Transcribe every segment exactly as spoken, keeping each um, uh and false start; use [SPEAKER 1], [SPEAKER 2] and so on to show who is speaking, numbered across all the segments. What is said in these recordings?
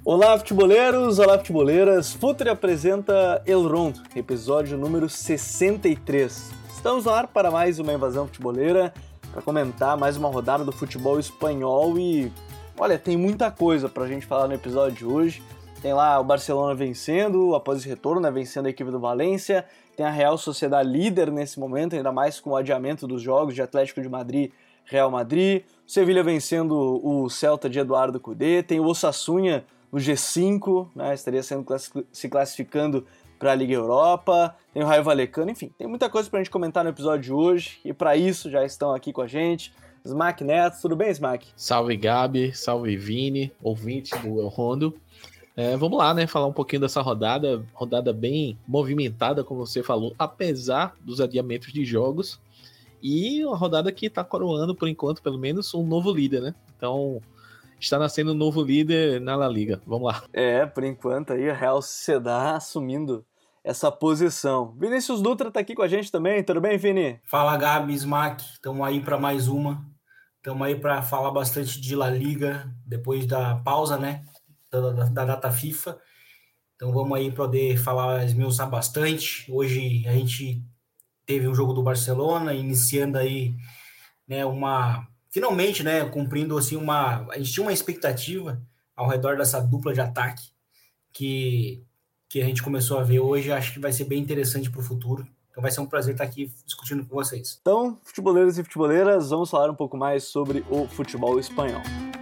[SPEAKER 1] Olá, futeboleiros! Olá, futeboleiras! Futre apresenta El Rondo, episódio número sessenta e três. Estamos no ar para mais uma invasão futeboleira, para comentar mais uma rodada do futebol espanhol e, olha, tem muita coisa para a gente falar no episódio de hoje. Tem lá o Barcelona vencendo, após esse retorno, né, vencendo a equipe do Valência. Tem a Real Sociedad líder nesse momento, ainda mais com o adiamento dos jogos de Atlético de Madrid, Real Madrid. O Sevilla vencendo o Celta de Eduardo Cudê. Tem o Osasuna no G cinco, né, estaria sendo se classificando para a Liga Europa. Tem o Raio Vallecano, enfim, tem muita coisa para a gente comentar no episódio de hoje. E para isso já estão aqui com a gente Smack Neto. Tudo bem, Smack?
[SPEAKER 2] Salve, Gabi. Salve, Vini, ouvinte do El Rondo. É, vamos lá, né, falar um pouquinho dessa rodada, rodada bem movimentada, como você falou, apesar dos adiamentos de jogos, e uma rodada que está coroando, por enquanto, pelo menos, um novo líder, né? Então, está nascendo um novo líder na La Liga. Vamos lá.
[SPEAKER 1] É, por enquanto aí a Real Sociedad assumindo essa posição. Vinícius Dutra tá aqui com a gente também, tudo bem, Vini?
[SPEAKER 3] Fala, Gabi, Smack, estamos aí para mais uma. Estamos aí para falar bastante de La Liga, depois da pausa, né, da, da, da data FIFA. Então vamos aí poder falar, esmiuçar bastante. Hoje a gente teve um jogo do Barcelona, iniciando aí, né, uma... Finalmente, né, cumprindo assim uma... A gente tinha uma expectativa ao redor dessa dupla de ataque que, que a gente começou a ver hoje. Acho que vai ser bem interessante para o futuro. Então vai ser um prazer estar aqui discutindo com vocês.
[SPEAKER 1] Então, futeboleiros e futeboleiras, vamos falar um pouco mais sobre o futebol espanhol.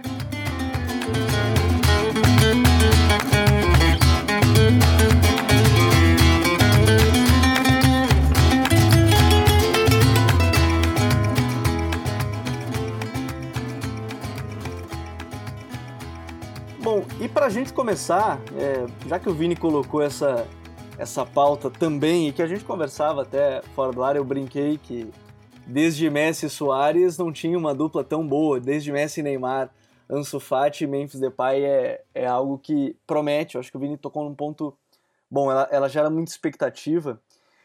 [SPEAKER 1] Bom, e para a gente começar, é, já que o Vini colocou essa, essa pauta também, e que a gente conversava até fora do ar, eu brinquei que desde Messi e Suárez não tinha uma dupla tão boa, desde Messi e Neymar, Ansu Fati e Memphis Depay é, é algo que promete. Eu acho que o Vini tocou num ponto bom, ela, ela gera muita expectativa,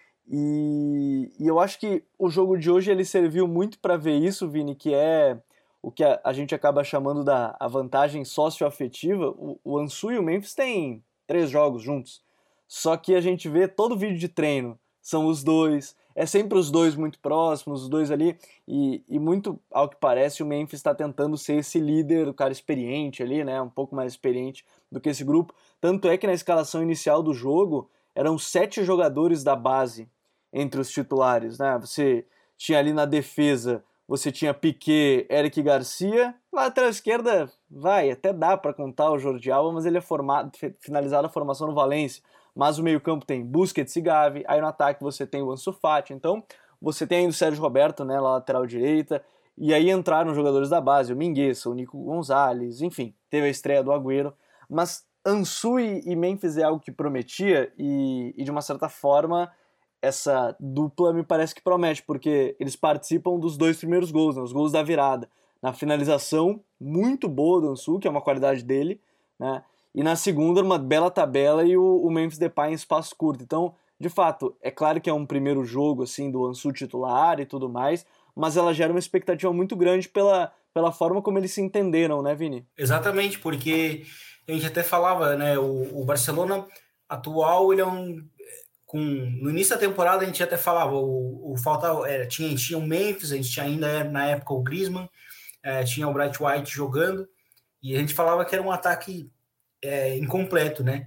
[SPEAKER 1] e, e eu acho que o jogo de hoje ele serviu muito para ver isso, Vini, que é o que a, a gente acaba chamando da a vantagem socioafetiva. O, o Ansu e o Memphis têm três jogos juntos, só que a gente vê todo vídeo de treino, são os dois, é sempre os dois muito próximos, os dois ali, e, e muito, ao que parece, o Memphis está tentando ser esse líder, o cara experiente ali, né, um pouco mais experiente do que esse grupo. Tanto é que na escalação inicial do jogo, eram sete jogadores da base entre os titulares, né, você tinha ali na defesa, você tinha Piqué, Eric Garcia, na lateral esquerda, vai, até dá para contar o Jordi Alba, mas ele é formado, finalizado a formação no Valência. Mas o meio-campo tem Busquets e Gavi, aí no ataque você tem o Ansu Fati, então você tem ainda o Sérgio Roberto, né, na lateral direita, e aí entraram os jogadores da base, o Mingueza, o Nico Gonzalez, enfim, teve a estreia do Agüero, mas Ansu e, e Memphis é algo que prometia, e, e de uma certa forma essa dupla me parece que promete, porque eles participam dos dois primeiros gols, né, os gols da virada, na finalização muito boa do Ansu, que é uma qualidade dele, né, e na segunda uma bela tabela e o, o Memphis Depay em espaço curto. Então, de fato, é claro que é um primeiro jogo assim do Ansu titular e tudo mais, mas ela gera uma expectativa muito grande pela, pela forma como eles se entenderam, né, Vini?
[SPEAKER 3] Exatamente, porque a gente até falava, né, o, o Barcelona atual, ele é um... Com, no início da temporada a gente até falava, o, o falta era, tinha, tinha o Memphis, a gente tinha ainda na época o Griezmann, é, tinha o Bright White jogando, e a gente falava que era um ataque é, incompleto, né?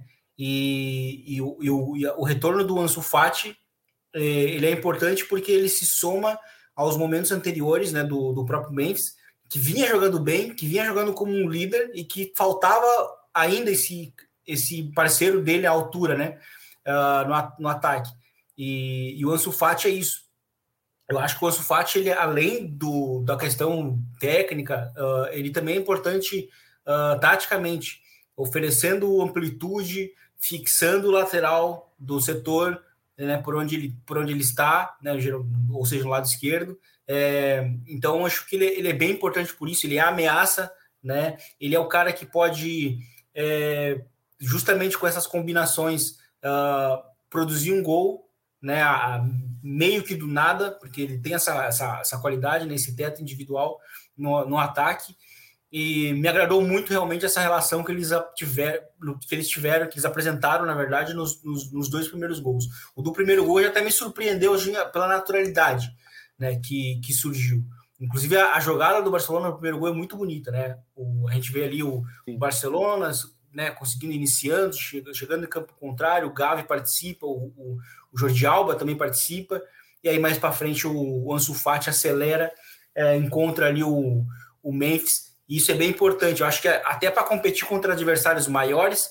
[SPEAKER 3] E, e, o, e, o, e o retorno do Ansu Fati, é, ele é importante porque ele se soma aos momentos anteriores, né, do, do próprio Memphis, que vinha jogando bem, que vinha jogando como um líder e que faltava ainda esse, esse parceiro dele à altura, né? Uh, no, no ataque. E, e o Ansu Fati é isso. Eu acho que o Ansu Fati, ele, além do, da questão técnica, uh, ele também é importante uh, taticamente, oferecendo amplitude, fixando o lateral do setor, né, por, onde ele, por onde ele está, né, ou seja, no lado esquerdo. É, então, acho que ele, ele é bem importante por isso, ele é a ameaça, né, ele é o cara que pode, é, justamente com essas combinações, Uh, produzir um gol, né, a, a meio que do nada, porque ele tem essa, essa, essa qualidade, né, esse teto individual no, no ataque, e me agradou muito realmente essa relação que eles tiveram, que eles tiveram, que eles apresentaram, na verdade, nos, nos, nos dois primeiros gols. O do primeiro gol já até me surpreendeu pela naturalidade, né, que, que surgiu. Inclusive, a, a jogada do Barcelona no primeiro gol é muito bonita, né? O, a gente vê ali o, o Barcelona, né, conseguindo, iniciando, chegando, chegando no campo contrário, o Gavi participa, o, o, o Jordi Alba também participa, e aí mais para frente o, o Ansu Fati acelera, é, encontra ali o, o Memphis. E isso é bem importante. Eu acho que até para competir contra adversários maiores,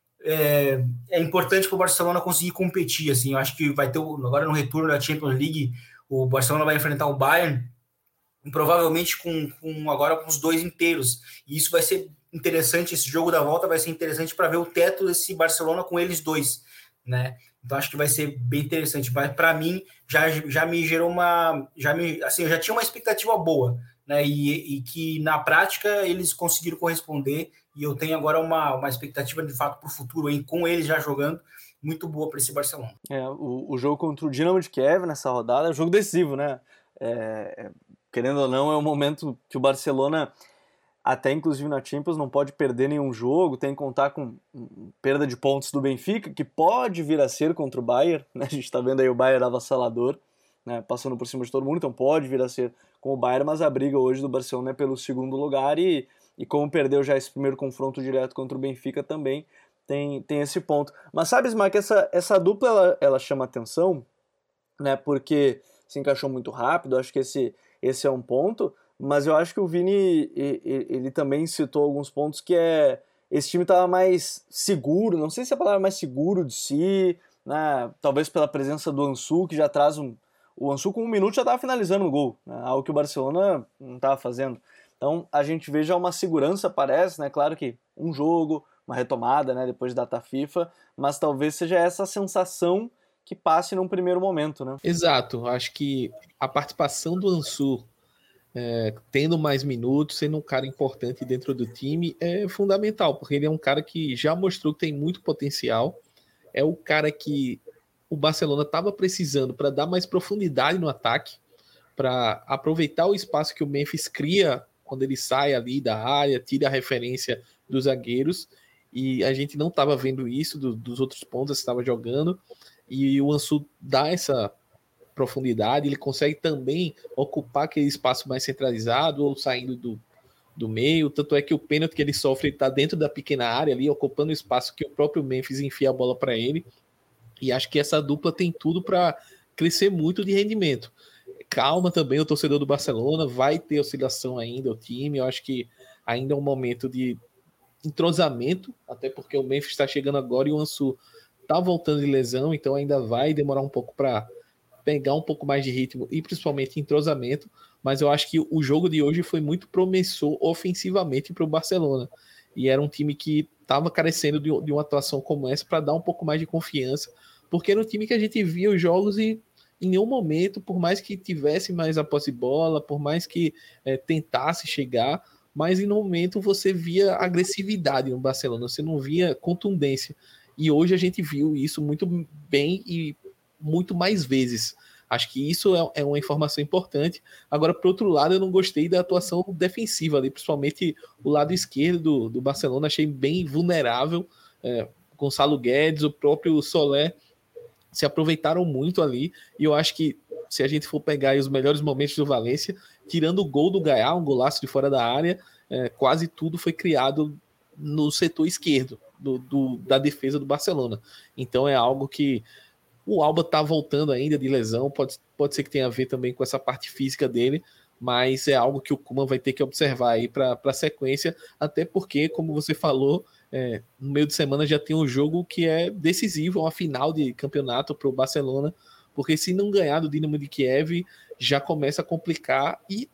[SPEAKER 3] é, é importante para o Barcelona conseguir competir. Assim. Eu acho que vai ter, agora no retorno da Champions League, o Barcelona vai enfrentar o Bayern, provavelmente com, com agora com os dois inteiros. E isso vai ser interessante, esse jogo da volta vai ser interessante para ver o teto desse Barcelona com eles dois, né? Então acho que vai ser bem interessante. Mas para mim, já, já me gerou uma... Já me, assim, eu já tinha uma expectativa boa, né? E, e que na prática eles conseguiram corresponder, e eu tenho agora uma, uma expectativa de fato para o futuro, hein, com eles já jogando, muito boa para esse Barcelona.
[SPEAKER 1] É, o, o jogo contra o Dinamo de Kiev nessa rodada é um jogo decisivo, né? É, querendo ou não, é um momento que o Barcelona, até inclusive na Champions, não pode perder nenhum jogo, tem que contar com perda de pontos do Benfica, que pode vir a ser contra o Bayern, né? A gente está vendo aí o Bayern avassalador, né? Passando por cima de todo mundo, então pode vir a ser com o Bayern, mas a briga hoje do Barcelona é pelo segundo lugar, e, e como perdeu já esse primeiro confronto direto contra o Benfica também, tem, tem esse ponto. Mas sabe, Smack, essa, essa dupla, ela, ela chama atenção, né? Porque se encaixou muito rápido, acho que esse, esse é um ponto, mas eu acho que o Vini, ele, ele também citou alguns pontos que é, esse time estava mais seguro, não sei se é a palavra mais seguro de si, né, talvez pela presença do Ansu, que já traz um, o Ansu com um minuto já estava finalizando o gol, né, algo que o Barcelona não estava fazendo. Então a gente vê já uma segurança, parece, né, claro que um jogo, uma retomada, né, depois de data FIFA, mas talvez seja essa sensação que passe num primeiro momento, né?
[SPEAKER 2] Exato, acho que a participação do Ansu, é, tendo mais minutos, sendo um cara importante dentro do time, é fundamental, porque ele é um cara que já mostrou que tem muito potencial, é o cara que o Barcelona estava precisando para dar mais profundidade no ataque, para aproveitar o espaço que o Memphis cria quando ele sai ali da área, tira a referência dos zagueiros, e a gente não estava vendo isso do, dos outros pontos que estava jogando, e o Ansu dá essa profundidade, ele consegue também ocupar aquele espaço mais centralizado ou saindo do, do meio, tanto é que o pênalti que ele sofre está dentro da pequena área ali, ocupando o espaço que o próprio Memphis enfia a bola para ele, e acho que essa dupla tem tudo para crescer muito de rendimento. Calma também o torcedor do Barcelona, vai ter oscilação ainda o time, eu acho que ainda é um momento de entrosamento, até porque o Memphis está chegando agora e o Ansu tá voltando de lesão, então ainda vai demorar um pouco para pegar um pouco mais de ritmo e principalmente entrosamento, mas eu acho que o jogo de hoje foi muito promissor ofensivamente para o Barcelona, e era um time que estava carecendo de, de uma atuação como essa para dar um pouco mais de confiança, porque era um time que a gente via os jogos e em nenhum momento, por mais que tivesse mais a posse de bola, por mais que é, tentasse chegar, mas em nenhum momento você via agressividade no Barcelona, você não via contundência. E hoje a gente viu isso muito bem e muito mais vezes. Acho que isso é, é uma informação importante. Agora, por outro lado, eu não gostei da atuação defensiva ali, principalmente o lado esquerdo do, do Barcelona, achei bem vulnerável. É, Gonçalo Guedes, o próprio Soler se aproveitaram muito ali, e eu acho que se a gente for pegar aí os melhores momentos do Valência, tirando o gol do Gaiá, um golaço de fora da área, é, quase tudo foi criado no setor esquerdo do, do, da defesa do Barcelona. Então é algo que o Alba tá voltando ainda de lesão, pode, pode ser que tenha a ver também com essa parte física dele, mas é algo que o Koeman vai ter que observar aí para a sequência, até porque, como você falou, é, no meio de semana já tem um jogo que é decisivo, uma final de campeonato para o Barcelona, porque se não ganhar do Dinamo de Kiev, já começa a complicar e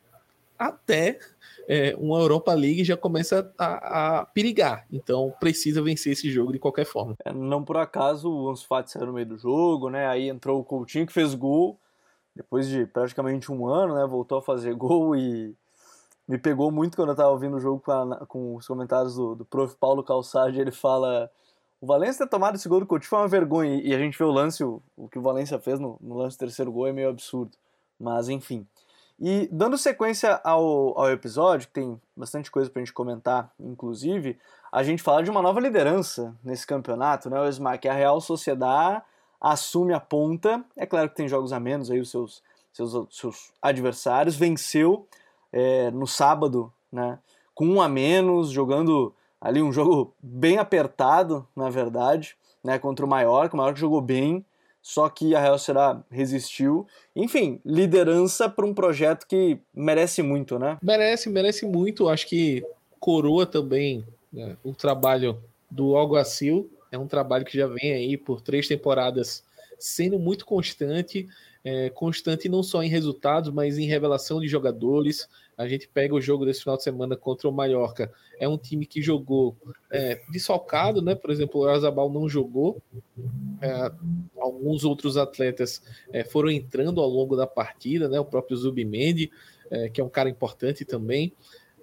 [SPEAKER 2] até é, uma Europa League já começa a, a perigar. Então precisa vencer esse jogo de qualquer forma.
[SPEAKER 1] É, não por acaso o Ansu Fati saiu no meio do jogo, né? Aí entrou o Coutinho que fez gol depois de praticamente um ano, né? Voltou a fazer gol e me pegou muito quando eu estava ouvindo o jogo com, a, com os comentários do, do prof Paulo Calçade. Ele fala: o Valência ter tomado esse gol do Coutinho foi uma vergonha, e a gente vê o lance, o, o que o Valência fez no, no lance do terceiro gol é meio absurdo, mas enfim. E dando sequência ao, ao episódio, que tem bastante coisa pra gente comentar, inclusive, a gente fala de uma nova liderança nesse campeonato, né, o Esmar, que a Real Sociedad assume a ponta. É claro que tem jogos a menos aí, os seus, seus, seus adversários. Venceu é, no sábado, né, com um a menos, jogando ali um jogo bem apertado, na verdade, né, contra o Mallorca. O Mallorca jogou bem, só que a Real Sociedad resistiu. Enfim, liderança para um projeto que merece muito, né?
[SPEAKER 2] Merece, merece muito. Acho que coroa também, né, o trabalho do Alguacil. É um trabalho que já vem aí por três temporadas sendo muito constante, é, constante não só em resultados, mas em revelação de jogadores. A gente pega o jogo desse final de semana contra o Mallorca, é um time que jogou é, desfalcado, né? Por exemplo, o Oyarzabal não jogou, é, alguns outros atletas é, foram entrando ao longo da partida, né? O próprio Zubimendi, é, que é um cara importante também,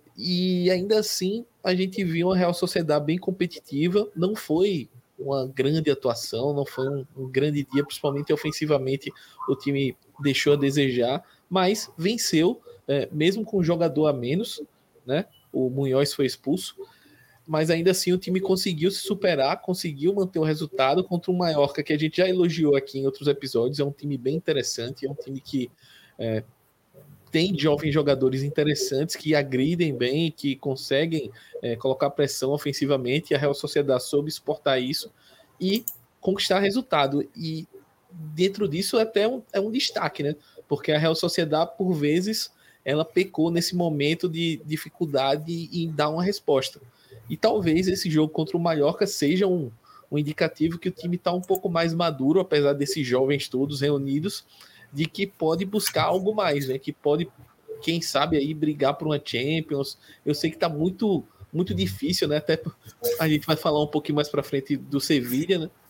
[SPEAKER 2] e ainda assim a gente viu uma Real Sociedad bem competitiva. Não foi uma grande atuação, não foi um, um grande dia, principalmente ofensivamente o time deixou a desejar, mas venceu, é, mesmo com um jogador a menos, né? O Munhoz foi expulso, mas ainda assim o time conseguiu se superar, conseguiu manter o resultado contra o Mallorca, que a gente já elogiou aqui em outros episódios. É um time bem interessante, é um time que é, tem jovens jogadores interessantes que agridem bem, que conseguem é, colocar pressão ofensivamente, e a Real Sociedad soube exportar isso e conquistar resultado. E dentro disso é até um, é um destaque, né? Porque a Real Sociedad, por vezes, ela pecou nesse momento de dificuldade em dar uma resposta. E talvez esse jogo contra o Mallorca seja um, um indicativo que o time está um pouco mais maduro, apesar desses jovens todos reunidos, de que pode buscar algo mais, né? Que pode, quem sabe, aí brigar por uma Champions. Eu sei que está muito, muito difícil, né? Até a gente vai falar um pouquinho mais para frente do Sevilla, né?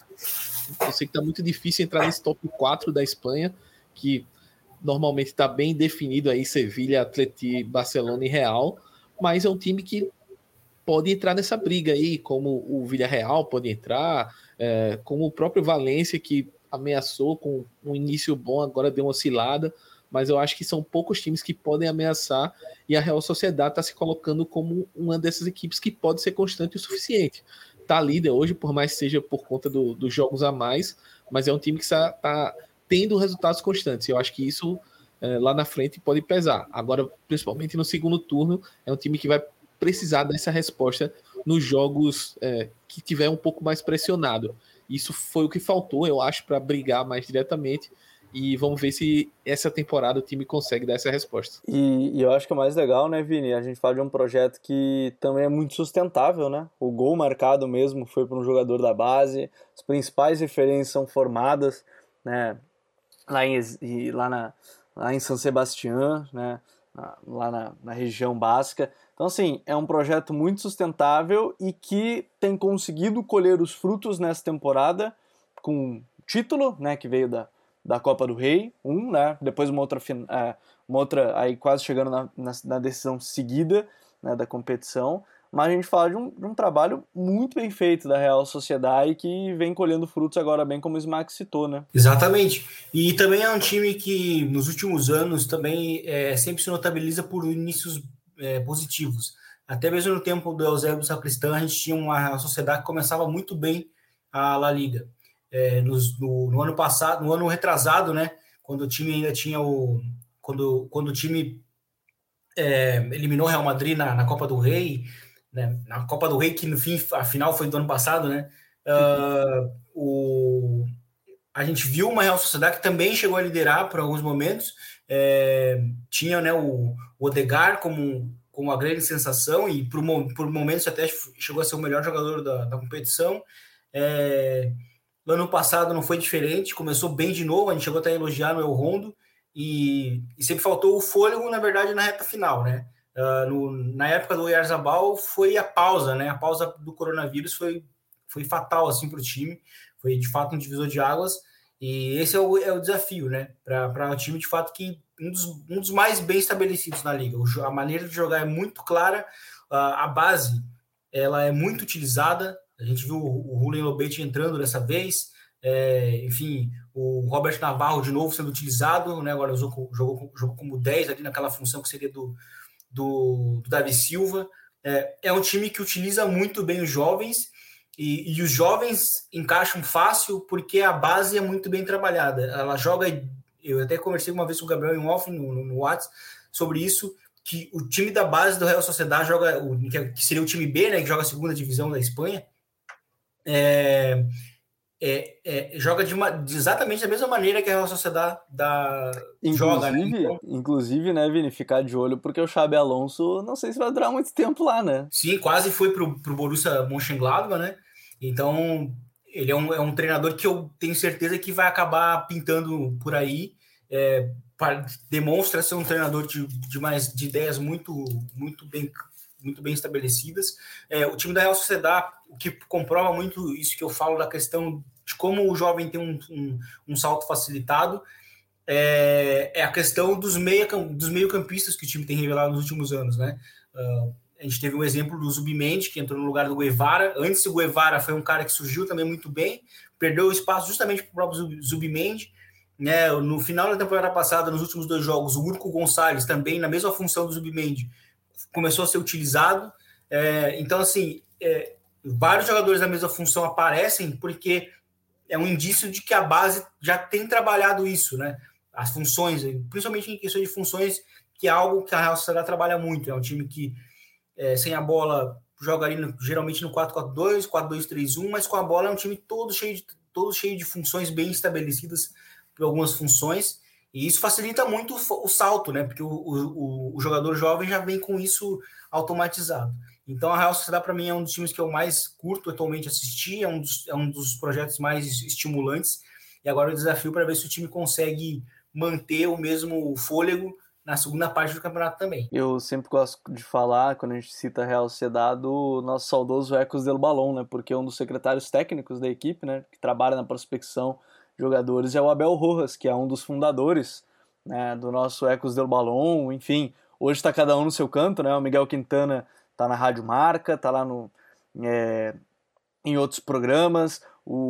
[SPEAKER 2] Eu sei que está muito difícil entrar nesse top quatro da Espanha, que normalmente está bem definido aí, Sevilla, Atleti, Barcelona e Real, mas é um time que pode entrar nessa briga aí, como o Villarreal pode entrar, é, como o próprio Valência, que ameaçou com um início bom, agora deu uma oscilada, mas eu acho que são poucos times que podem ameaçar, e a Real Sociedad está se colocando como uma dessas equipes que pode ser constante o suficiente. Está líder hoje, por mais que seja por conta do, dos jogos a mais, mas é um time que está tá tendo resultados constantes. Eu acho que isso é, lá na frente pode pesar. Agora, principalmente no segundo turno, é um time que vai precisar dessa resposta nos jogos é, que tiver um pouco mais pressionado. Isso foi o que faltou, eu acho, para brigar mais diretamente, e vamos ver se essa temporada o time consegue dar essa resposta.
[SPEAKER 1] E, e eu acho que é mais legal, né, Vini? A gente fala de um projeto que também é muito sustentável, né? O gol marcado mesmo foi por um jogador da base, as principais referências são formadas, né, lá em, lá na, lá em San Sebastián, né, lá na, na região basca. Então, assim, é um projeto muito sustentável e que tem conseguido colher os frutos nessa temporada com título, né, que veio da, da Copa do Rei, um, né, depois uma outra, uma outra aí quase chegando na, na, na decisão seguida, né, da competição. Mas a gente fala de um, de um trabalho muito bem feito da Real Sociedad e que vem colhendo frutos agora, bem como o Smack citou, né?
[SPEAKER 3] Exatamente. E também é um time que nos últimos anos também é, sempre se notabiliza por inícios é, positivos. Até mesmo no tempo do Eusébio Sacristán, a gente tinha uma Real Sociedad que começava muito bem a La Liga. É, nos, no, no ano passado, no ano retrasado, né, quando o time ainda tinha o... Quando, quando o time é, eliminou o Real Madrid na, na Copa do Rei, né, na Copa do Rei, que no fim, a final foi do ano passado, né, uh, o, a gente viu uma Real Sociedad que também chegou a liderar por alguns momentos, é, tinha, né, o, o Odegaard como, como uma grande sensação, e por, por momentos até chegou a ser o melhor jogador da, da competição. É, no ano passado não foi diferente, começou bem de novo, a gente chegou até a elogiar no El Rondo, e, e sempre faltou o fôlego, na verdade, na reta final, né? Uh, no, na época do Oyarzabal foi a pausa, né? A pausa do coronavírus foi, foi fatal assim, para o time, foi de fato um divisor de águas, e esse é o, é o desafio, né? Para o time de fato que um dos, um dos mais bem estabelecidos na liga. O, a maneira de jogar é muito clara, uh, a base ela é muito utilizada. A gente viu o, o Rulen Lobete entrando dessa vez, é, enfim, o Robert Navarro de novo sendo utilizado, né, agora jogou, jogou, jogou como dez ali naquela função que seria do, do, do Davi Silva. É, é um time que utiliza muito bem os jovens, e, e os jovens encaixam fácil porque a base é muito bem trabalhada. Ela joga, eu até conversei uma vez com o Gabriel em off no, no, no WhatsApp sobre isso, que o time da base do Real Sociedad joga, o, que seria o time B, né, que joga a segunda divisão da Espanha, é, é, é, joga de, uma, de exatamente da mesma maneira que a Real Sociedad da, joga. Né?
[SPEAKER 1] Então, inclusive, né, Vini, ficar de olho, porque o Xabi Alonso, não sei se vai durar muito tempo lá, né?
[SPEAKER 3] Sim, quase foi pro, pro Borussia Mönchengladbach, né? Então, ele é um, é um treinador que eu tenho certeza que vai acabar pintando por aí. É, para, demonstra ser um treinador de, de, mais, de ideias muito, muito, bem, muito bem estabelecidas. É, o time da Real Sociedad, o que comprova muito isso que eu falo da questão de como o jovem tem um, um, um salto facilitado, é, é a questão dos, meia, dos meio-campistas que o time tem revelado nos últimos anos, né? Uh, a gente teve um exemplo do Zubimendi, que entrou no lugar do Guevara. Antes, o Guevara foi um cara que surgiu também muito bem, perdeu o espaço justamente para o próprio Zubimendi. Né? No final da temporada passada, nos últimos dois jogos, o Urco Gonçalves, também na mesma função do Zubimendi, começou a ser utilizado. É, então, assim, é, vários jogadores da mesma função aparecem porque é um indício de que a base já tem trabalhado isso, né? As funções, principalmente em questão de funções, que é algo que a Real Sociedad trabalha muito. É um time que, é, sem a bola, joga ali no, geralmente no quatro quatro dois, quatro dois três um, mas com a bola é um time todo cheio de, todo cheio de funções bem estabelecidas por algumas funções, e isso facilita muito o, o salto, né? Porque o, o, o jogador jovem já vem com isso automatizado. Então, a Real Sociedad, para mim, é um dos times que eu mais curto atualmente assistir, é um dos, é um dos projetos mais estimulantes, e agora o desafio para ver se o time consegue manter o mesmo fôlego na segunda parte do campeonato também.
[SPEAKER 1] Eu sempre gosto de falar, quando a gente cita a Real Sociedad, do nosso saudoso Ecos del Balón, né? Porque é um dos secretários técnicos da equipe, né? Que trabalha na prospecção de jogadores, é o Abel Rojas, que é um dos fundadores, né, do nosso Ecos del Balón. Enfim, hoje está cada um no seu canto, né? O Miguel Quintana tá na Rádio Marca, tá lá no, é, em outros programas,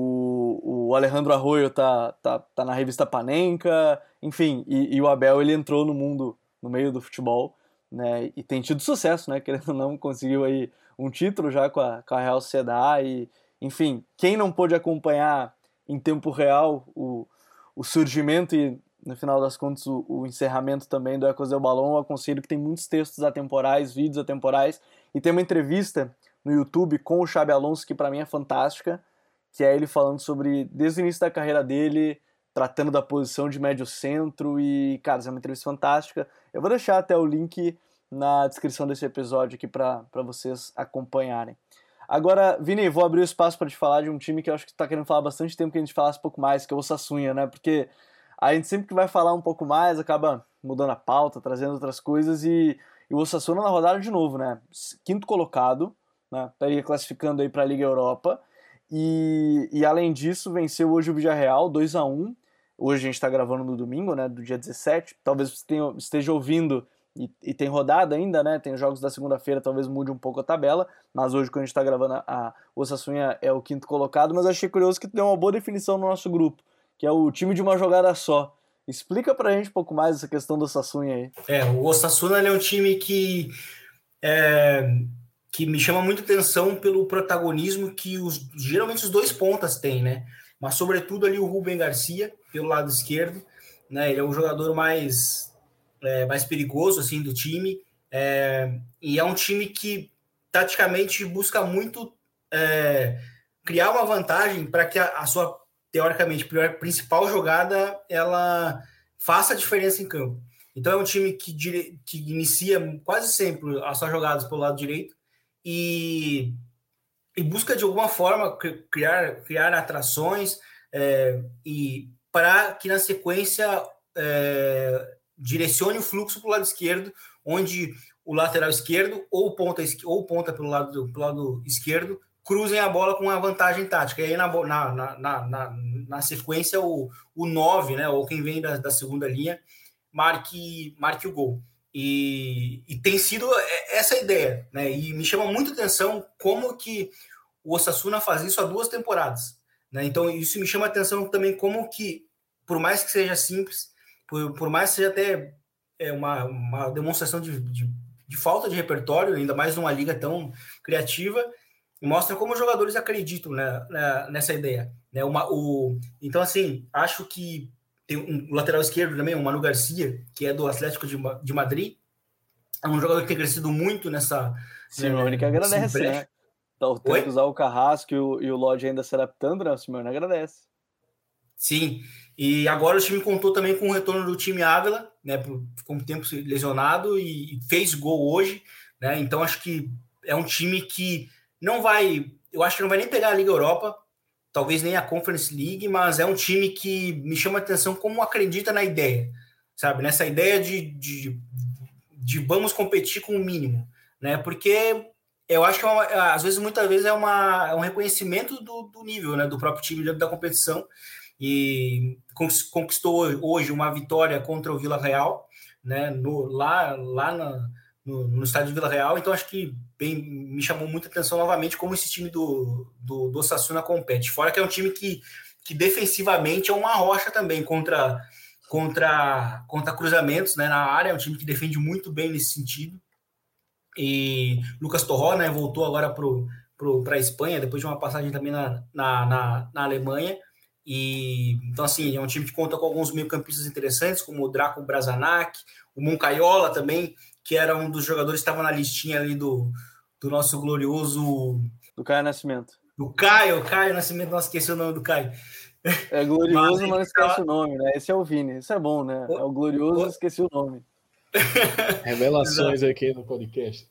[SPEAKER 1] o, o Alejandro Arroyo tá, tá, tá na revista Panenka, enfim, e, e o Abel, ele entrou no mundo, no meio do futebol, né, e tem tido sucesso, né, querendo ou não, conseguiu aí um título já com a, com a Real Sociedad, e, enfim, quem não pôde acompanhar em tempo real o, o surgimento e, no final das contas, o, o encerramento também do Ecos del Balón, eu aconselho que tem muitos textos atemporais, vídeos atemporais, e tem uma entrevista no YouTube com o Xabi Alonso, que para mim é fantástica, que é ele falando sobre, desde o início da carreira dele, tratando da posição de médio centro, e, cara, é uma entrevista fantástica. Eu vou deixar até o link na descrição desse episódio aqui para vocês acompanharem. Agora, Vini, vou abrir o espaço para te falar de um time que eu acho que tu tá querendo falar bastante tempo, que a gente falasse um pouco mais, que é o Osasuna, né? Porque a gente sempre que vai falar um pouco mais, acaba mudando a pauta, trazendo outras coisas, e, e o Osasuna na rodada de novo, né? Quinto colocado, né? Estaria classificando aí para a Liga Europa, e, e além disso, venceu hoje o Villarreal, dois a um. Hoje a gente está gravando no domingo, né? Do dia dezessete. Talvez você tenha, esteja ouvindo e, e tem rodada ainda, né? Tem jogos da segunda-feira, talvez mude um pouco a tabela, mas hoje, quando a gente está gravando, a, a Osasuna é o quinto colocado, mas achei curioso que deu uma boa definição no nosso grupo, que é o time de uma jogada só. Explica pra gente um pouco mais essa questão do Osasuna aí.
[SPEAKER 3] É, o Osasuna é um time que, é, que me chama muito atenção pelo protagonismo que os, geralmente os dois pontas têm, né? Mas sobretudo ali o Rubem Garcia, pelo lado esquerdo, né? Ele é um jogador mais, é, mais perigoso assim, do time, é, e é um time que taticamente busca muito é, criar uma vantagem para que a, a sua, teoricamente, principal jogada ela faça a diferença em campo. Então é um time que, dire... que inicia quase sempre as suas jogadas pelo lado direito e, e busca de alguma forma criar, criar atrações é, e para que na sequência é, direcione o fluxo para o lado esquerdo, onde o lateral esquerdo ou ponta, ou ponta pelo, lado, pelo lado esquerdo cruzem a bola com uma vantagem tática. E aí na, na, na, na, na sequência o, o nove, né, ou quem vem da, da segunda linha, marque, marque o gol. E, e tem sido essa a ideia, né? E me chama muito atenção como que o Osasuna faz isso há duas temporadas. né? Então isso me chama a atenção também, como que, por mais que seja simples, por, por mais que seja até é, uma, uma demonstração de, de, de falta de repertório, ainda mais numa liga tão criativa, mostra como os jogadores acreditam, né, nessa ideia, né? Uma, o, então, assim, acho que tem um lateral esquerdo também, o Manu Garcia, que é do Atlético de, de Madrid, é um jogador que tem crescido muito nessa...
[SPEAKER 1] Simeone, né, que agradece, né? Tá tendo que usar o Carrasco e o, e o Lodge ainda se adaptando, né? O Simeone agradece.
[SPEAKER 3] Sim, e agora o time contou também com o retorno do time Ávila, né? Ficou um tempo lesionado e fez gol hoje, né? Então acho que é um time que não vai... Eu acho que não vai nem pegar a Liga Europa, talvez nem a Conference League, mas é um time que me chama a atenção como acredita na ideia, sabe? Nessa ideia de, de, de vamos competir com o mínimo, né? Porque eu acho que é uma, às vezes, muitas vezes é, uma, é um reconhecimento do, do nível, né, do próprio time dentro da competição, e conquistou hoje uma vitória contra o Vila Real, né, no, lá, lá na, no, no estádio Vila Real. Então acho que bem, me chamou muita atenção novamente como esse time do, do, do Osasuna compete, fora que é um time que, que defensivamente é uma rocha também contra, contra, contra cruzamentos, né, na área. É um time que defende muito bem nesse sentido. E Lucas Torró, né, voltou agora para a Espanha, depois de uma passagem também na, na, na, na Alemanha. E, então, assim, é um time que conta com alguns meio-campistas interessantes, como o Draco Brazanac, o Moncayola também, que era um dos jogadores que estava na listinha ali do, do nosso glorioso...
[SPEAKER 1] Do Caio Nascimento.
[SPEAKER 3] Do Caio, Caio Nascimento, não esqueci o nome do Caio.
[SPEAKER 1] É glorioso, mas não esquece tava... o nome, né? Esse é o Vini, isso é bom, né? É o glorioso, o... esqueci o nome.
[SPEAKER 2] Revelações aqui no podcast.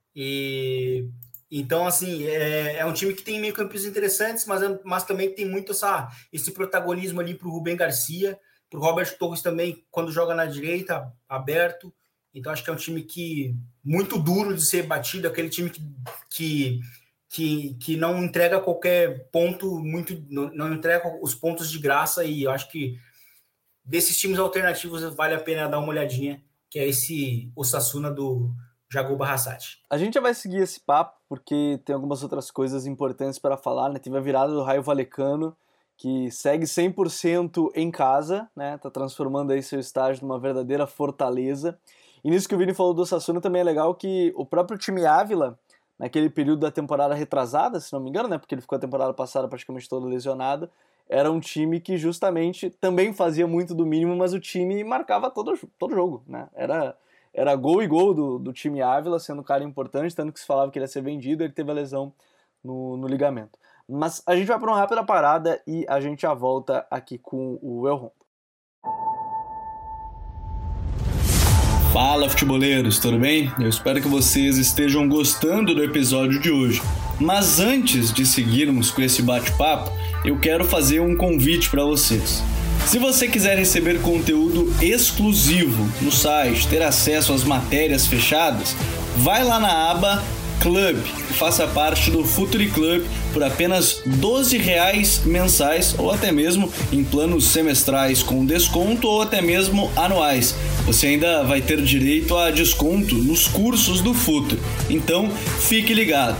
[SPEAKER 3] E então, assim, é, é um time que tem meio campistas interessantes, mas, mas também tem muito essa, esse protagonismo ali para o Rubem Garcia, para o Robert Torres também, quando joga na direita, aberto. Então, acho que é um time que muito duro de ser batido, aquele time que, que, que, que não entrega qualquer ponto, muito, não, não entrega os pontos de graça, e eu acho que desses times alternativos vale a pena dar uma olhadinha, que é esse Osasuna do Jagoba Hassad.
[SPEAKER 1] A gente já vai seguir esse papo, porque tem algumas outras coisas importantes para falar, né? Teve a virada do Raio Vallecano, que segue cem por cento em casa, né? Tá transformando aí seu estádio numa verdadeira fortaleza. E nisso que o Vini falou do Osasuna, também é legal que o próprio time Ávila, naquele período da temporada retrasada, se não me engano, né? Porque ele ficou a temporada passada praticamente todo lesionado, era um time que justamente também fazia muito do mínimo, mas o time marcava todo, todo jogo, né? Era... Era gol e gol do, do time Ávila, sendo um cara importante, tanto que se falava que ele ia ser vendido, ele teve a lesão no, no ligamento. Mas a gente vai para uma rápida parada e a gente já volta aqui com o El Rondo.
[SPEAKER 4] Fala, futeboleiros, tudo bem? Eu espero que vocês estejam gostando do episódio de hoje. Mas antes de seguirmos com esse bate-papo, eu quero fazer um convite para vocês. Se você quiser receber conteúdo exclusivo no site, ter acesso às matérias fechadas, vai lá na aba Club e faça parte do Futuri Club por apenas doze reais mensais, ou até mesmo em planos semestrais com desconto, ou até mesmo anuais. Você ainda vai ter direito a desconto nos cursos do Futuri, então fique ligado.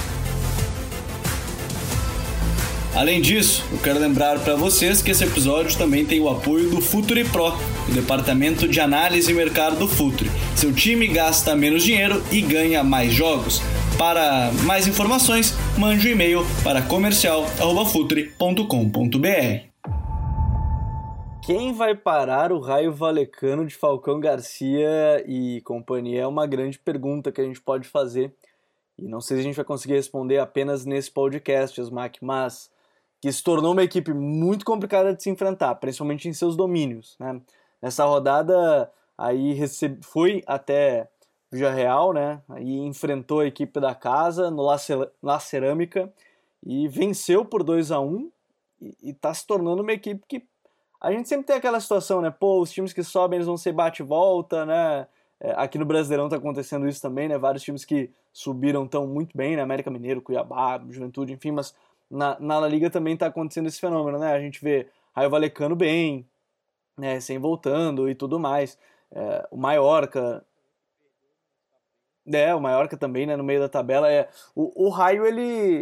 [SPEAKER 4] Além disso, eu quero lembrar para vocês que esse episódio também tem o apoio do Futuri Pro, o departamento de análise e mercado do Futuri. Seu time gasta menos dinheiro e ganha mais jogos. Para mais informações, mande um e-mail para comercial arroba futuri ponto com ponto b r.
[SPEAKER 1] Quem vai parar o Raio Vallecano de Falcão Garcia e companhia? É uma grande pergunta que a gente pode fazer. E não sei se a gente vai conseguir responder apenas nesse podcast, Smack, mas que se tornou uma equipe muito complicada de se enfrentar, principalmente em seus domínios, né? Nessa rodada, aí recebe... foi até Villarreal, né? Aí enfrentou a equipe da casa no La, Cer... La Cerâmica e venceu por dois a um e está se tornando uma equipe que a gente sempre tem aquela situação, né? Pô, os times que sobem, eles vão ser bate e volta, né? É, aqui no Brasileirão tá acontecendo isso também, né? Vários times que subiram tão muito bem, né? América Mineiro, Cuiabá, Juventude, enfim, mas na, na La Liga também tá acontecendo esse fenômeno, né? A gente vê Raio Vallecano bem, né? Sem voltando e tudo mais. É, o Mallorca... É, o Mallorca também, né? No meio da tabela. É, o, o Raio, ele...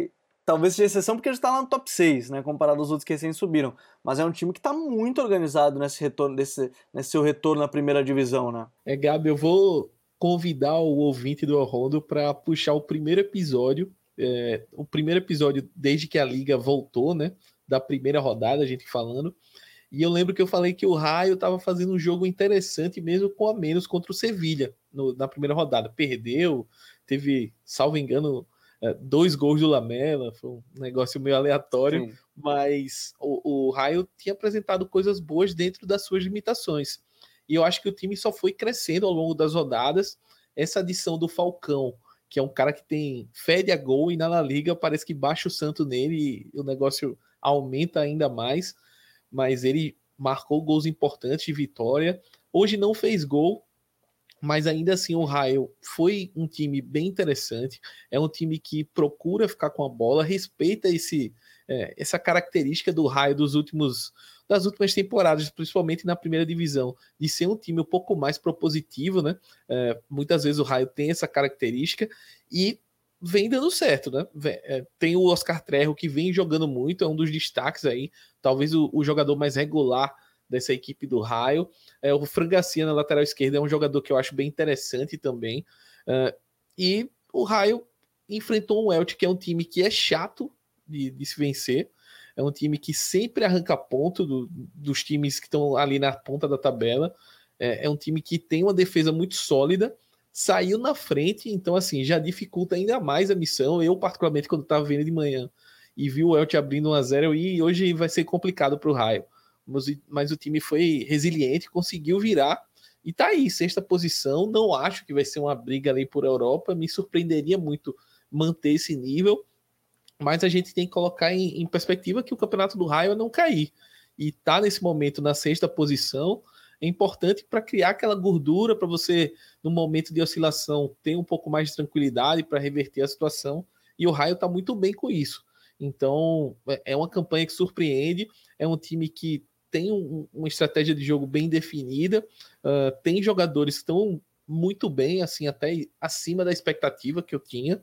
[SPEAKER 1] talvez seja exceção porque ele está lá no top seis, né, comparado aos outros que recém subiram. Mas é um time que está muito organizado nesse retorno, desse, nesse seu retorno na primeira divisão, né?
[SPEAKER 2] É, Gabi, eu vou convidar o ouvinte do Rondo para puxar o primeiro episódio, é, o primeiro episódio desde que a Liga voltou, né, da primeira rodada, a gente falando. E eu lembro que eu falei que o Raio estava fazendo um jogo interessante mesmo com a menos contra o Sevilha no, na primeira rodada. Perdeu, teve, salvo engano, dois gols do Lamela, foi um negócio meio aleatório, Sim. mas o, o Raio tinha apresentado coisas boas dentro das suas limitações. E eu acho que o time só foi crescendo ao longo das rodadas. Essa adição do Falcão, que é um cara que tem fede a gol e na La Liga parece que baixa o santo nele e o negócio aumenta ainda mais. Mas ele marcou gols importantes de vitória. Hoje não fez gol, mas ainda assim o Raio foi um time bem interessante. É um time que procura ficar com a bola, respeita esse, é, essa característica do Raio dos últimos, das últimas temporadas, principalmente na primeira divisão, de ser um time um pouco mais propositivo, né? É, muitas vezes o Raio tem essa característica e vem dando certo, né? Tem o Oscar Trejo que vem jogando muito, é um dos destaques aí, talvez o, o jogador mais regular dessa equipe do Raio. É, o Fran Garcia na lateral esquerda é um jogador que eu acho bem interessante também. Uh, e o Raio enfrentou um Elche, que é um time que é chato de, de se vencer, é um time que sempre arranca ponto do, dos times que estão ali na ponta da tabela, é, é um time que tem uma defesa muito sólida, saiu na frente, então assim, já dificulta ainda mais a missão. Eu, particularmente, quando estava vendo de manhã e vi o Elche abrindo um a zero, e hoje vai ser complicado para o Raio. Mas, mas o time foi resiliente, conseguiu virar, e tá aí, sexta posição. Não acho que vai ser uma briga ali por Europa, me surpreenderia muito manter esse nível, mas a gente tem que colocar em, em perspectiva que o campeonato do Raio é não cair, e tá nesse momento na sexta posição é importante para criar aquela gordura para você, no momento de oscilação, ter um pouco mais de tranquilidade para reverter a situação, e o Raio está muito bem com isso. Então, é uma campanha que surpreende, é um time que tem um, uma estratégia de jogo bem definida, uh, tem jogadores que estão muito bem, assim, até acima da expectativa que eu tinha,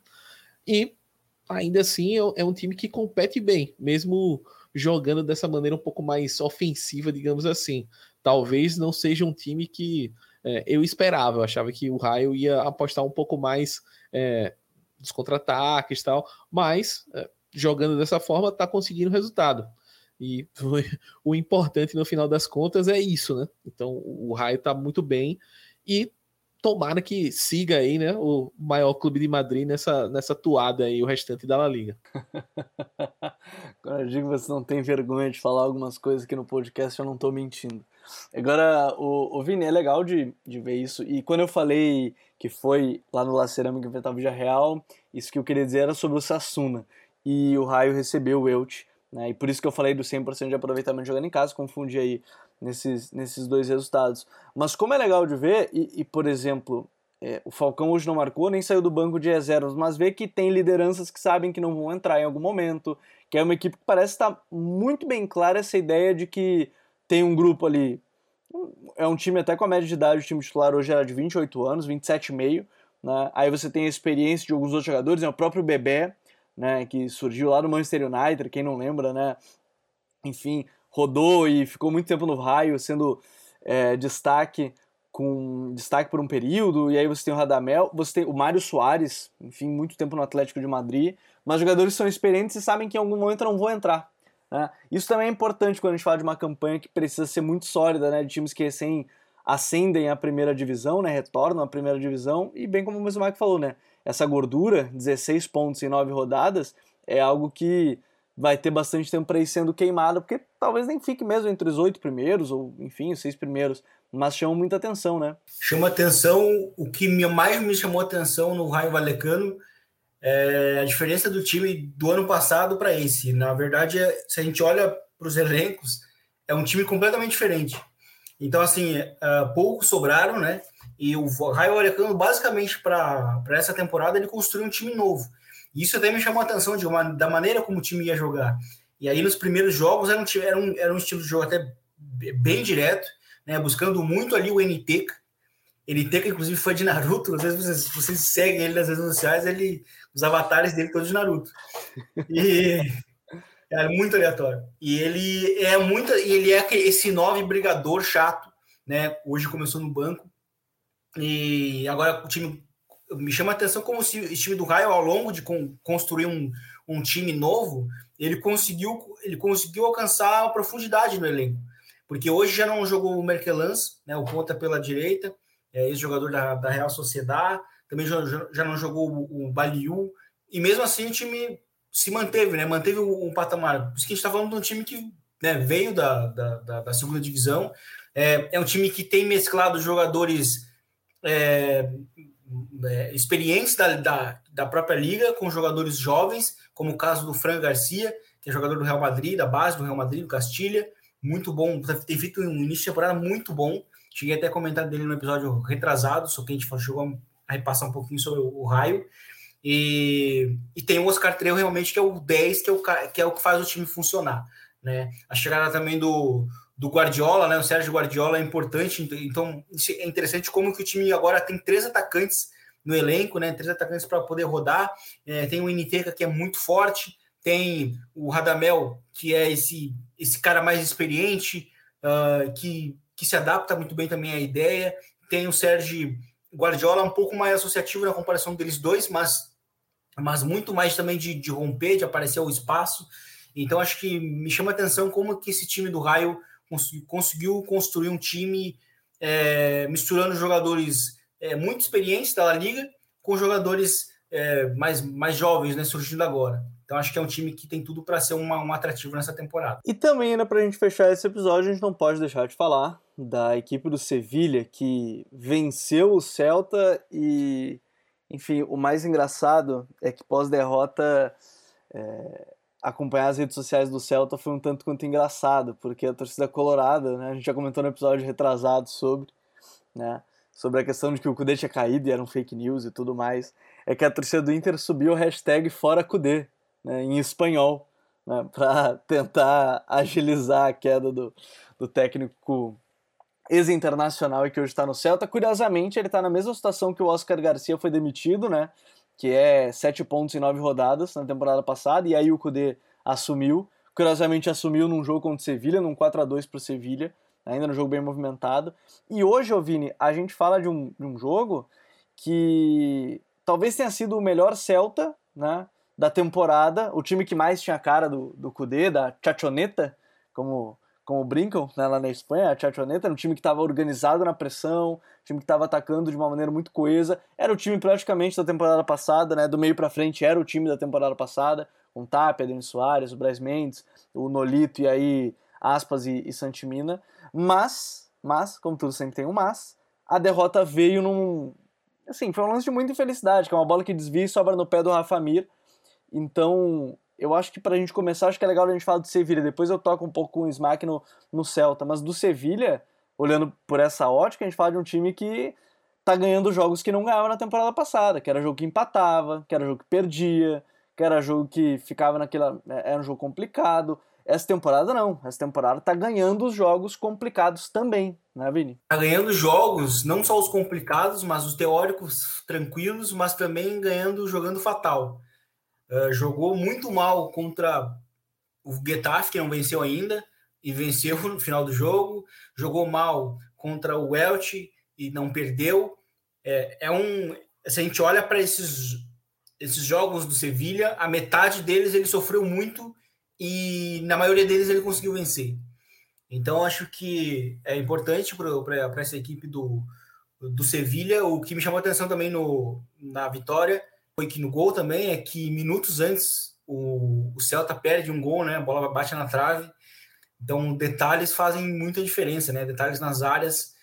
[SPEAKER 2] e ainda assim é, é um time que compete bem, mesmo jogando dessa maneira um pouco mais ofensiva, digamos assim. Talvez não seja um time que é, eu esperava. Eu achava que o Raio ia apostar um pouco mais é, nos contra-ataques e tal, mas é, jogando dessa forma está conseguindo resultado. E o importante no final das contas é isso, né? Então o Raio está muito bem e tomara que siga aí, né, o maior clube de Madrid nessa, nessa toada aí, o restante da La Liga.
[SPEAKER 1] Quando eu digo que você não tem vergonha de falar algumas coisas aqui no podcast, eu não tô mentindo. Agora, o, o Vini, é legal de, de ver isso. E quando eu falei que foi lá no La Cerâmica enfrentar o Villarreal, isso que eu queria dizer era sobre o Osasuna. E o Raio recebeu o Elche, né? E por isso que eu falei do cem por cento de aproveitamento jogando em casa, confundi aí nesses, nesses dois resultados. Mas como é legal de ver, e, e por exemplo, é, o Falcão hoje não marcou, nem saiu do banco de reservas, mas vê que tem lideranças que sabem que não vão entrar em algum momento, que é uma equipe que parece estar muito bem clara essa ideia de que tem um grupo ali, é um time até com a média de idade, o time titular hoje era de vinte e oito anos, vinte e sete e meio, né? Aí você tem a experiência de alguns outros jogadores, né? O próprio Bebé, né, que surgiu lá do Manchester United, quem não lembra, né? Enfim, rodou e ficou muito tempo no Raio, sendo é, destaque, com destaque por um período, e aí você tem o Radamel, você tem o Mário Soares, enfim, muito tempo no Atlético de Madrid, mas jogadores são experientes e sabem que em algum momento não vão entrar, né? Isso também é importante quando a gente fala de uma campanha que precisa ser muito sólida, né, de times que recém ascendem à primeira divisão, né, retornam à primeira divisão, e bem como o mesmo Mike falou, né, essa gordura, dezesseis pontos em nove rodadas, é algo que vai ter bastante tempo para ir sendo queimado, porque talvez nem fique mesmo entre os oito primeiros, ou enfim, os seis primeiros, mas chama muita atenção, né?
[SPEAKER 3] Chama atenção, o que mais me chamou atenção no Raio Vallecano é a diferença do time do ano passado para esse. Na verdade, se a gente olha para os elencos, é um time completamente diferente. Então, assim, uh, poucos sobraram, né? E o Raio Vallecano, basicamente, para essa temporada, ele construiu um time novo. E isso até me chamou a atenção de uma, da maneira como o time ia jogar. E aí, nos primeiros jogos, era um, era um, era um estilo de jogo até bem direto, né? Buscando muito ali o N T, Ele tem, inclusive, foi de Naruto. Às vezes vocês, vocês seguem ele nas redes sociais, ele, os avatares dele todos de Naruto. E é muito aleatório. E ele é muito. E ele é esse nove brigador chato, né? Hoje começou no banco. E agora o time me chama a atenção como se o time do Raio, ao longo de con, construir um, um time novo, ele conseguiu, ele conseguiu alcançar a profundidade no elenco. Porque hoje já não jogou o Merkelans, né, o ponta pela direita, é, ex-jogador da, da Real Sociedad, também já, já não jogou o, o Baliu, e mesmo assim o time se manteve, né, manteve o, o patamar. Por isso que a gente está falando de um time que, né, veio da, da, da, da segunda divisão, é, é um time que tem mesclado jogadores é, é, experientes da, da, da própria liga com jogadores jovens, como o caso do Fran Garcia, que é jogador do Real Madrid, da base do Real Madrid, do Castilha, muito bom, tem feito um início de temporada muito bom. Cheguei até a comentar dele no episódio retrasado, só que a gente chegou a repassar um pouquinho sobre o, o Raio. E, e tem o Oscar Trejo realmente, que é o dez, que é o, que é o que faz o time funcionar, né? A chegada também do, do Guardiola, né? O Sérgio Guardiola é importante, então é interessante como que o time agora tem três atacantes no elenco, né? Três atacantes para poder rodar. É, tem o Initeca, que é muito forte, tem o Radamel, que é esse, esse cara mais experiente, uh, que, que se adapta muito bem também à ideia. Tem o Sérgio Guardiola, um pouco mais associativo na comparação deles dois, mas, mas muito mais também de, de romper, de aparecer ao espaço. Então, acho que me chama a atenção como que esse time do Raio conseguiu construir um time é, misturando jogadores é, muito experientes da La Liga com jogadores é, mais, mais jovens, né, surgindo agora. Então, acho que é um time que tem tudo para ser uma, um atrativo nessa temporada.
[SPEAKER 1] E também, ainda para a gente fechar esse episódio, a gente não pode deixar de falar da equipe do Sevilha, que venceu o Celta e, enfim, o mais engraçado é que pós-derrota, é, acompanhar as redes sociais do Celta foi um tanto quanto engraçado, porque a torcida colorada, né, a gente já comentou no episódio retrasado sobre, né, sobre a questão de que o Kudê tinha caído e era um fake news e tudo mais, é que a torcida do Inter subiu o hashtag Fora Kudê, né, em espanhol, né, para tentar agilizar a queda do, do técnico ex-internacional e que hoje está no Celta. Curiosamente, ele está na mesma situação que o Oscar Garcia foi demitido, né, que é sete pontos em nove rodadas na temporada passada, e aí o Kudê assumiu, curiosamente assumiu num jogo contra o Sevilha, num quatro a dois para o Sevilha, ainda no jogo bem movimentado. E hoje, ô Vini, a gente fala de um, de um jogo que talvez tenha sido o melhor Celta, né, da temporada, o time que mais tinha a cara do, do Kudê, da Chachoneta, como, como brincam, né, lá na Espanha, a Chachoneta, era um time que estava organizado na pressão, um time que estava atacando de uma maneira muito coesa, era o time praticamente da temporada passada, né, do meio para frente era o time da temporada passada, com Tapia, Denis Soares, o Braz Mendes, o Nolito e aí Aspas e, e Santimina, mas, mas, como tudo sempre tem um mas, a derrota veio num, assim, foi um lance de muita infelicidade, que é uma bola que desvia e sobra no pé do Rafa Mir. Então, eu acho que pra gente começar, acho que é legal a gente falar do Sevilha. Depois eu toco um pouco com o Smack no, no Celta. Mas do Sevilha, olhando por essa ótica, a gente fala de um time que tá ganhando jogos que não ganhava na temporada passada. Que era jogo que empatava, que era jogo que perdia, que era jogo que ficava naquela... Era um jogo complicado. Essa temporada não. Essa temporada tá ganhando os jogos complicados também, né, Vini?
[SPEAKER 3] Tá ganhando jogos, não só os complicados, mas os teóricos tranquilos, mas também ganhando, jogando fatal. Uh, jogou muito mal contra o Getafe, que não venceu ainda, e venceu no final do jogo. Jogou mal contra o Elche e não perdeu. É, é um, se a gente olha para esses, esses jogos do Sevilha, a metade deles ele sofreu muito e na maioria deles ele conseguiu vencer. Então acho que é importante para essa equipe do, do Sevilha. O que me chamou a atenção também no, na vitória foi que no gol também é que minutos antes o, o Celta perde um gol, né? A bola bate na trave. Então detalhes fazem muita diferença, né? Detalhes nas áreas.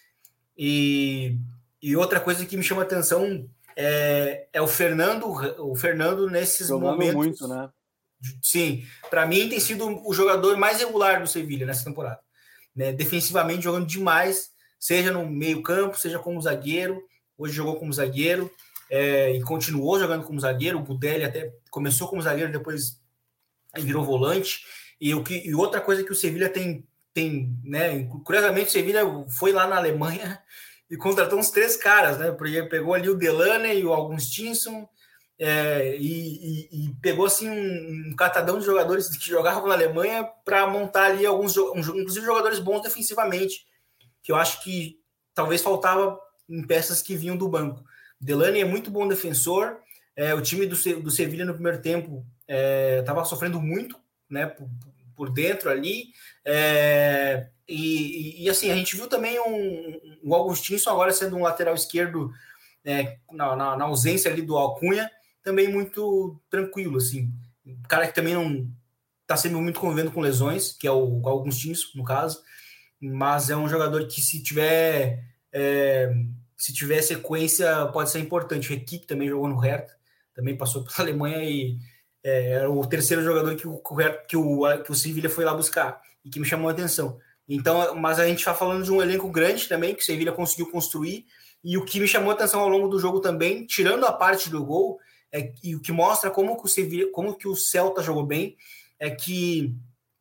[SPEAKER 3] E, e outra coisa que me chama a atenção é, é o Fernando, o Fernando nesses
[SPEAKER 1] jogando
[SPEAKER 3] momentos.
[SPEAKER 1] Muito, né?
[SPEAKER 3] Sim, para mim tem sido o jogador mais regular do Sevilha nessa temporada, né? Defensivamente jogando demais, seja no meio campo, seja como zagueiro. Hoje jogou como zagueiro. É, e continuou jogando como zagueiro. O Budelli até começou como zagueiro, depois virou volante. E, o que, e outra coisa que o Sevilha tem, tem, né? Curiosamente, o Sevilha foi lá na Alemanha e contratou uns três caras, né? Porque pegou ali o Delaney e o Augustinson, é, e, e, e pegou assim um, um catadão de jogadores que jogavam na Alemanha para montar ali alguns, um, inclusive jogadores bons defensivamente, que eu acho que talvez faltava em peças que vinham do banco. Delaney é muito bom defensor, é, o time do, do Sevilha no primeiro tempo estava é, sofrendo muito, né, por, por dentro ali, é, e, e assim, a gente viu também um, um Augustinson agora sendo um lateral esquerdo, é, na, na, na ausência ali do Alcunha, também muito tranquilo, assim, um cara que também não está sempre muito convivendo com lesões, que é o Augustinson, no caso, mas é um jogador que se tiver é, se tiver sequência pode ser importante. O Rekik também jogou no Hertha, também passou pela Alemanha e é, era o terceiro jogador que o, que, o, que o Sevilha foi lá buscar e que me chamou a atenção. Então, mas a gente está falando de um elenco grande também, que o Sevilha conseguiu construir, e o que me chamou a atenção ao longo do jogo também, tirando a parte do gol, é, e o que mostra como que o Sevilha, como que o Celta jogou bem, é que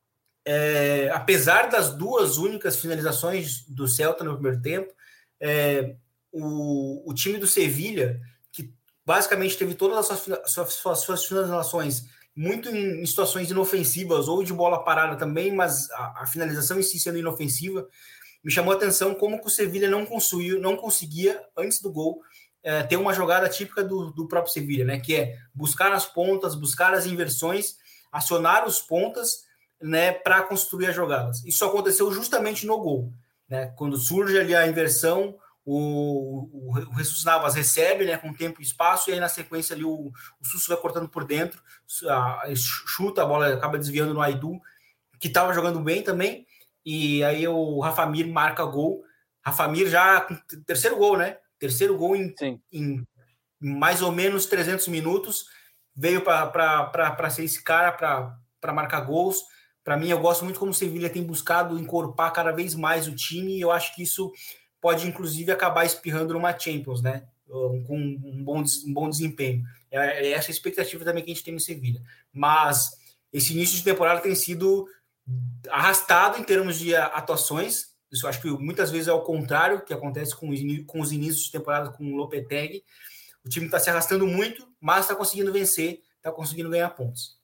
[SPEAKER 3] É, apesar das duas únicas finalizações do Celta no primeiro tempo, é, o, o time do Sevilha, que basicamente teve todas as suas, suas, suas finalizações muito em, em situações inofensivas ou de bola parada também, mas a, a finalização em si sendo inofensiva, me chamou a atenção como que o Sevilha não conseguiu, não conseguia, antes do gol, é, ter uma jogada típica do, do próprio Sevilha, né, que é buscar as pontas, buscar as inversões, acionar os pontas, né, para construir as jogadas. Isso aconteceu justamente no gol, né? Quando surge ali a inversão, o, o, o Jesus Navas recebe, né, com tempo e espaço, e aí na sequência ali o, o Susso vai cortando por dentro, a, chuta, a bola acaba desviando no Aidu, que estava jogando bem também, e aí o Rafa Mir marca gol. Rafa Mir já com terceiro gol, né? Terceiro gol em, em mais ou menos trezentos minutos, veio para ser esse cara para marcar gols. Para mim, eu gosto muito como o Sevilha tem buscado encorpar cada vez mais o time, e eu acho que isso pode, inclusive, acabar espirrando numa Champions, né? Com um bom, um bom desempenho. É essa a expectativa também que a gente tem no Sevilha. Mas esse início de temporada tem sido arrastado em termos de atuações. Isso eu acho que muitas vezes é o contrário que acontece com os, com os inícios de temporada com o Lopetegui. O time está se arrastando muito, mas está conseguindo vencer, está conseguindo ganhar pontos.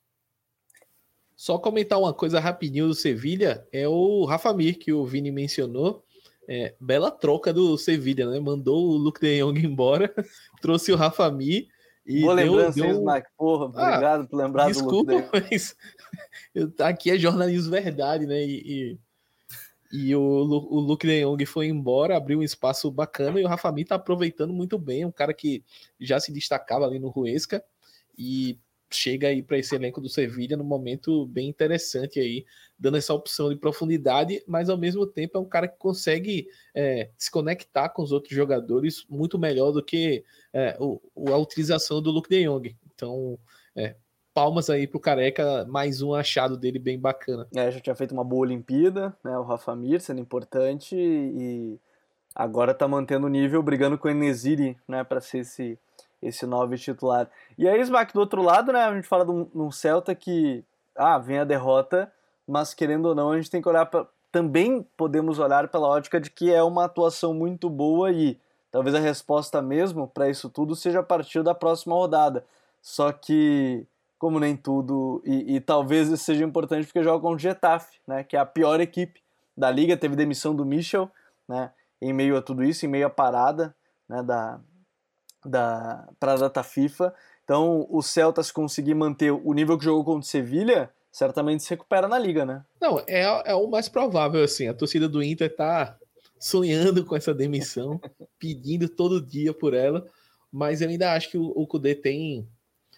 [SPEAKER 2] Só comentar uma coisa rapidinho do Sevilha, é o Rafa Mir, que o Vini mencionou, é, bela troca do Sevilha, né? Mandou o Luuk de Jong embora, trouxe o Rafa Mir e
[SPEAKER 1] Boa
[SPEAKER 2] deu...
[SPEAKER 1] lembrança,
[SPEAKER 2] deu...
[SPEAKER 1] Mike. Porra, obrigado ah, por lembrar
[SPEAKER 2] desculpa,
[SPEAKER 1] do Luuk de Jong.
[SPEAKER 2] Mas eu, aqui é jornalismo verdade, né? E, e, e o, o Luuk de Jong foi embora, abriu um espaço bacana, e o Rafa Mir tá aproveitando muito bem, um cara que já se destacava ali no Huesca, e chega aí para esse elenco do Sevilha num momento bem interessante aí, dando essa opção de profundidade, mas ao mesmo tempo é um cara que consegue é, se conectar com os outros jogadores muito melhor do que é, o, a utilização do Luuk de Jong. Então, é, palmas aí pro Careca, mais um achado dele bem bacana.
[SPEAKER 1] É, já tinha feito uma boa Olimpíada, né, o Rafa Mir sendo importante, e agora tá mantendo o nível, brigando com o En-Nesyri, né, para ser esse esse nove titular. E aí, Smack, do outro lado, né, a gente fala de um, de um Celta que, ah, vem a derrota, mas querendo ou não, a gente tem que olhar pra, também podemos olhar pela ótica de que é uma atuação muito boa, e talvez a resposta mesmo para isso tudo seja a partir da próxima rodada. Só que, como nem tudo, e, e talvez isso seja importante porque joga com o Getafe, né, que é a pior equipe da liga, teve demissão do Michel, né, em meio a tudo isso, em meio à parada, né, da da para a data FIFA. Então o Celta, se conseguir manter o nível que jogou contra o Sevilha, certamente se recupera na liga, né?
[SPEAKER 2] Não, é, é o mais provável, assim, a torcida do Inter tá sonhando com essa demissão, pedindo todo dia por ela, mas eu ainda acho que o, o Kudê tem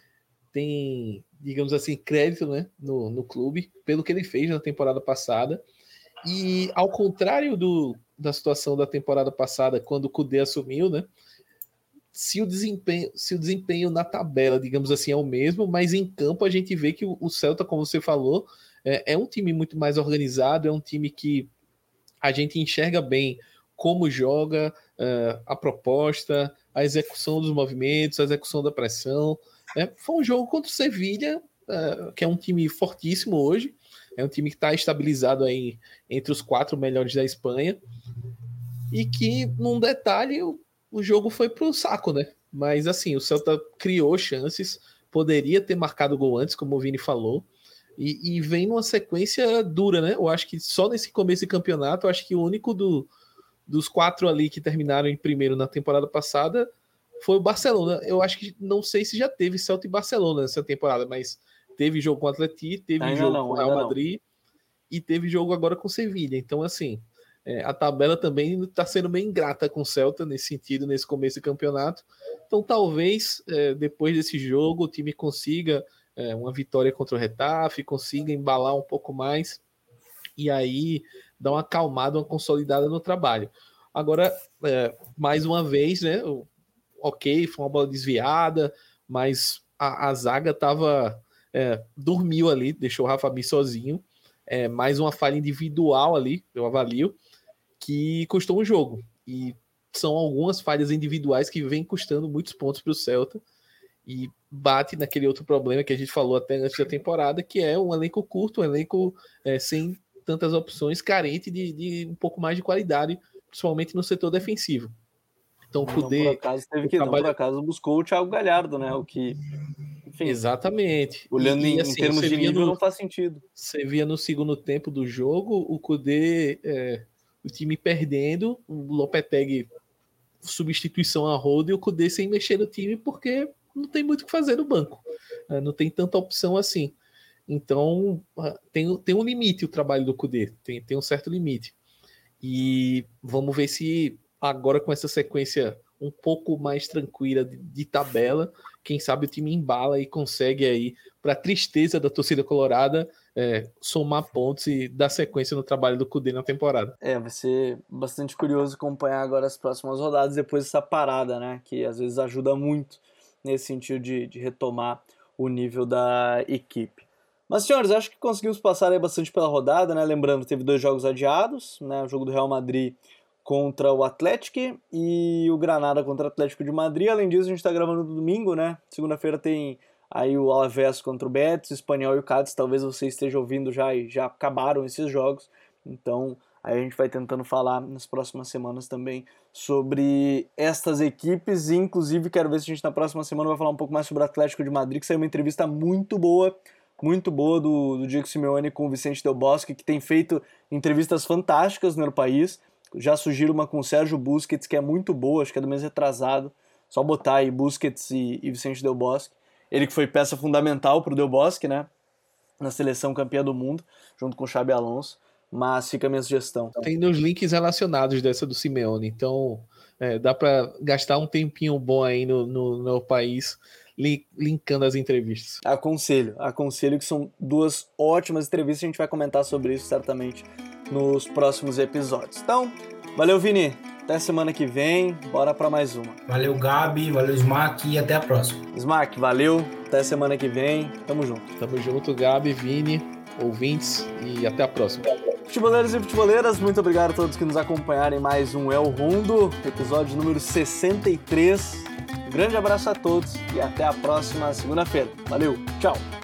[SPEAKER 2] tem, digamos assim, crédito, né, no, no clube, pelo que ele fez na temporada passada, e ao contrário do, da situação da temporada passada, quando o Kudê assumiu, né, Se o, desempenho, se o desempenho na tabela, digamos assim, é o mesmo, mas em campo a gente vê que o Celta, como você falou, é, é um time muito mais organizado, é um time que a gente enxerga bem como joga, uh, a proposta, a execução dos movimentos, a execução da pressão. É, foi um jogo contra o Sevilha, uh, que é um time fortíssimo hoje, é um time que está estabilizado aí entre os quatro melhores da Espanha, e que, num detalhe, o, o jogo foi pro saco, né? Mas assim, o Celta criou chances, poderia ter marcado gol antes, como o Vini falou, e, e vem numa sequência dura, né? Eu acho que só nesse começo de campeonato, eu acho que o único do, dos quatro ali que terminaram em primeiro na temporada passada foi o Barcelona. Eu acho que, não sei se já teve Celta e Barcelona nessa temporada, mas teve jogo com o Atleti, teve
[SPEAKER 1] ainda
[SPEAKER 2] jogo
[SPEAKER 1] não,
[SPEAKER 2] com o Real
[SPEAKER 1] não.
[SPEAKER 2] Madrid e teve jogo agora com o Sevilla. Então, assim, é, a tabela também está sendo bem ingrata com o Celta nesse sentido, nesse começo do campeonato. Então, talvez, é, depois desse jogo, o time consiga é, uma vitória contra o Retafe, consiga embalar um pouco mais e aí dar uma acalmada, uma consolidada no trabalho. Agora, é, mais uma vez, né, ok, foi uma bola desviada, mas a, a zaga tava, é, dormiu ali, deixou o Rafa Mi sozinho, é, mais uma falha individual ali, eu avalio, que custou um jogo, e são algumas falhas individuais que vêm custando muitos pontos para o Celta, e bate naquele outro problema que a gente falou até antes da temporada, que é um elenco curto, um elenco é, sem tantas opções, carente de, de um pouco mais de qualidade, principalmente no setor defensivo. Então, o Kudê...
[SPEAKER 1] Não, por acaso, teve que, trabalho... não, por acaso buscou o Thiago Galhardo, né? O que, enfim...
[SPEAKER 2] Exatamente.
[SPEAKER 1] Olhando
[SPEAKER 2] e,
[SPEAKER 1] em,
[SPEAKER 2] e, assim,
[SPEAKER 1] em termos de nível,
[SPEAKER 2] no,
[SPEAKER 1] não faz sentido.
[SPEAKER 2] Você via no segundo tempo do jogo, o Kudê, é, o time perdendo, o Lopetegui substituição a rodo e o Kudê sem mexer no time, porque não tem muito o que fazer no banco. É, não tem tanta opção assim. Então, tem, tem um limite o trabalho do Kudê, tem, tem um certo limite. E vamos ver se agora com essa sequência um pouco mais tranquila de, de tabela, quem sabe o time embala e consegue aí, para tristeza da torcida colorada, é, somar pontos e dar sequência no trabalho do Kudê na temporada.
[SPEAKER 1] É, vai ser bastante curioso acompanhar agora as próximas rodadas depois dessa parada, né, que às vezes ajuda muito nesse sentido de, de retomar o nível da equipe. Mas, senhores, acho que conseguimos passar aí bastante pela rodada, né? Lembrando, teve dois jogos adiados, né? O jogo do Real Madrid contra o Atlético e o Granada contra o Atlético de Madrid. Além disso, a gente está gravando no domingo, né? Segunda-feira tem aí o Alavés contra o Betis, o Espanhol e o Cádiz. Talvez você esteja ouvindo já e já acabaram esses jogos. Então, aí a gente vai tentando falar nas próximas semanas também sobre estas equipes. E, inclusive, quero ver se a gente na próxima semana vai falar um pouco mais sobre o Atlético de Madrid, que saiu uma entrevista muito boa muito boa do, do Diego Simeone com o Vicente Del Bosque, que tem feito entrevistas fantásticas no país. Já sugiro uma com o Sérgio Busquets, que é muito boa, acho que é do mês retrasado. Só botar aí Busquets e, e Vicente Del Bosque. Ele que foi peça fundamental para o Del Bosque, né? Na seleção campeã do mundo, junto com o Xabi Alonso. Mas fica a minha sugestão.
[SPEAKER 2] Tem nos links relacionados dessa do Simeone, então é, dá para gastar um tempinho bom aí no, no, no país linkando as entrevistas.
[SPEAKER 1] Aconselho, aconselho que são duas ótimas entrevistas, a gente vai comentar sobre isso certamente nos próximos episódios. Então, valeu Vini, até semana que vem, bora para mais uma.
[SPEAKER 3] Valeu Gabi, valeu Smack e até a próxima.
[SPEAKER 1] Smack, valeu, até semana que vem, tamo junto.
[SPEAKER 2] Tamo junto, Gabi, Vini, ouvintes e até a próxima.
[SPEAKER 1] Futeboleiros e futeboleiras, muito obrigado a todos que nos acompanharam em mais um El Rondo, episódio número sessenta e três. Um grande abraço a todos e até a próxima segunda-feira. Valeu, tchau!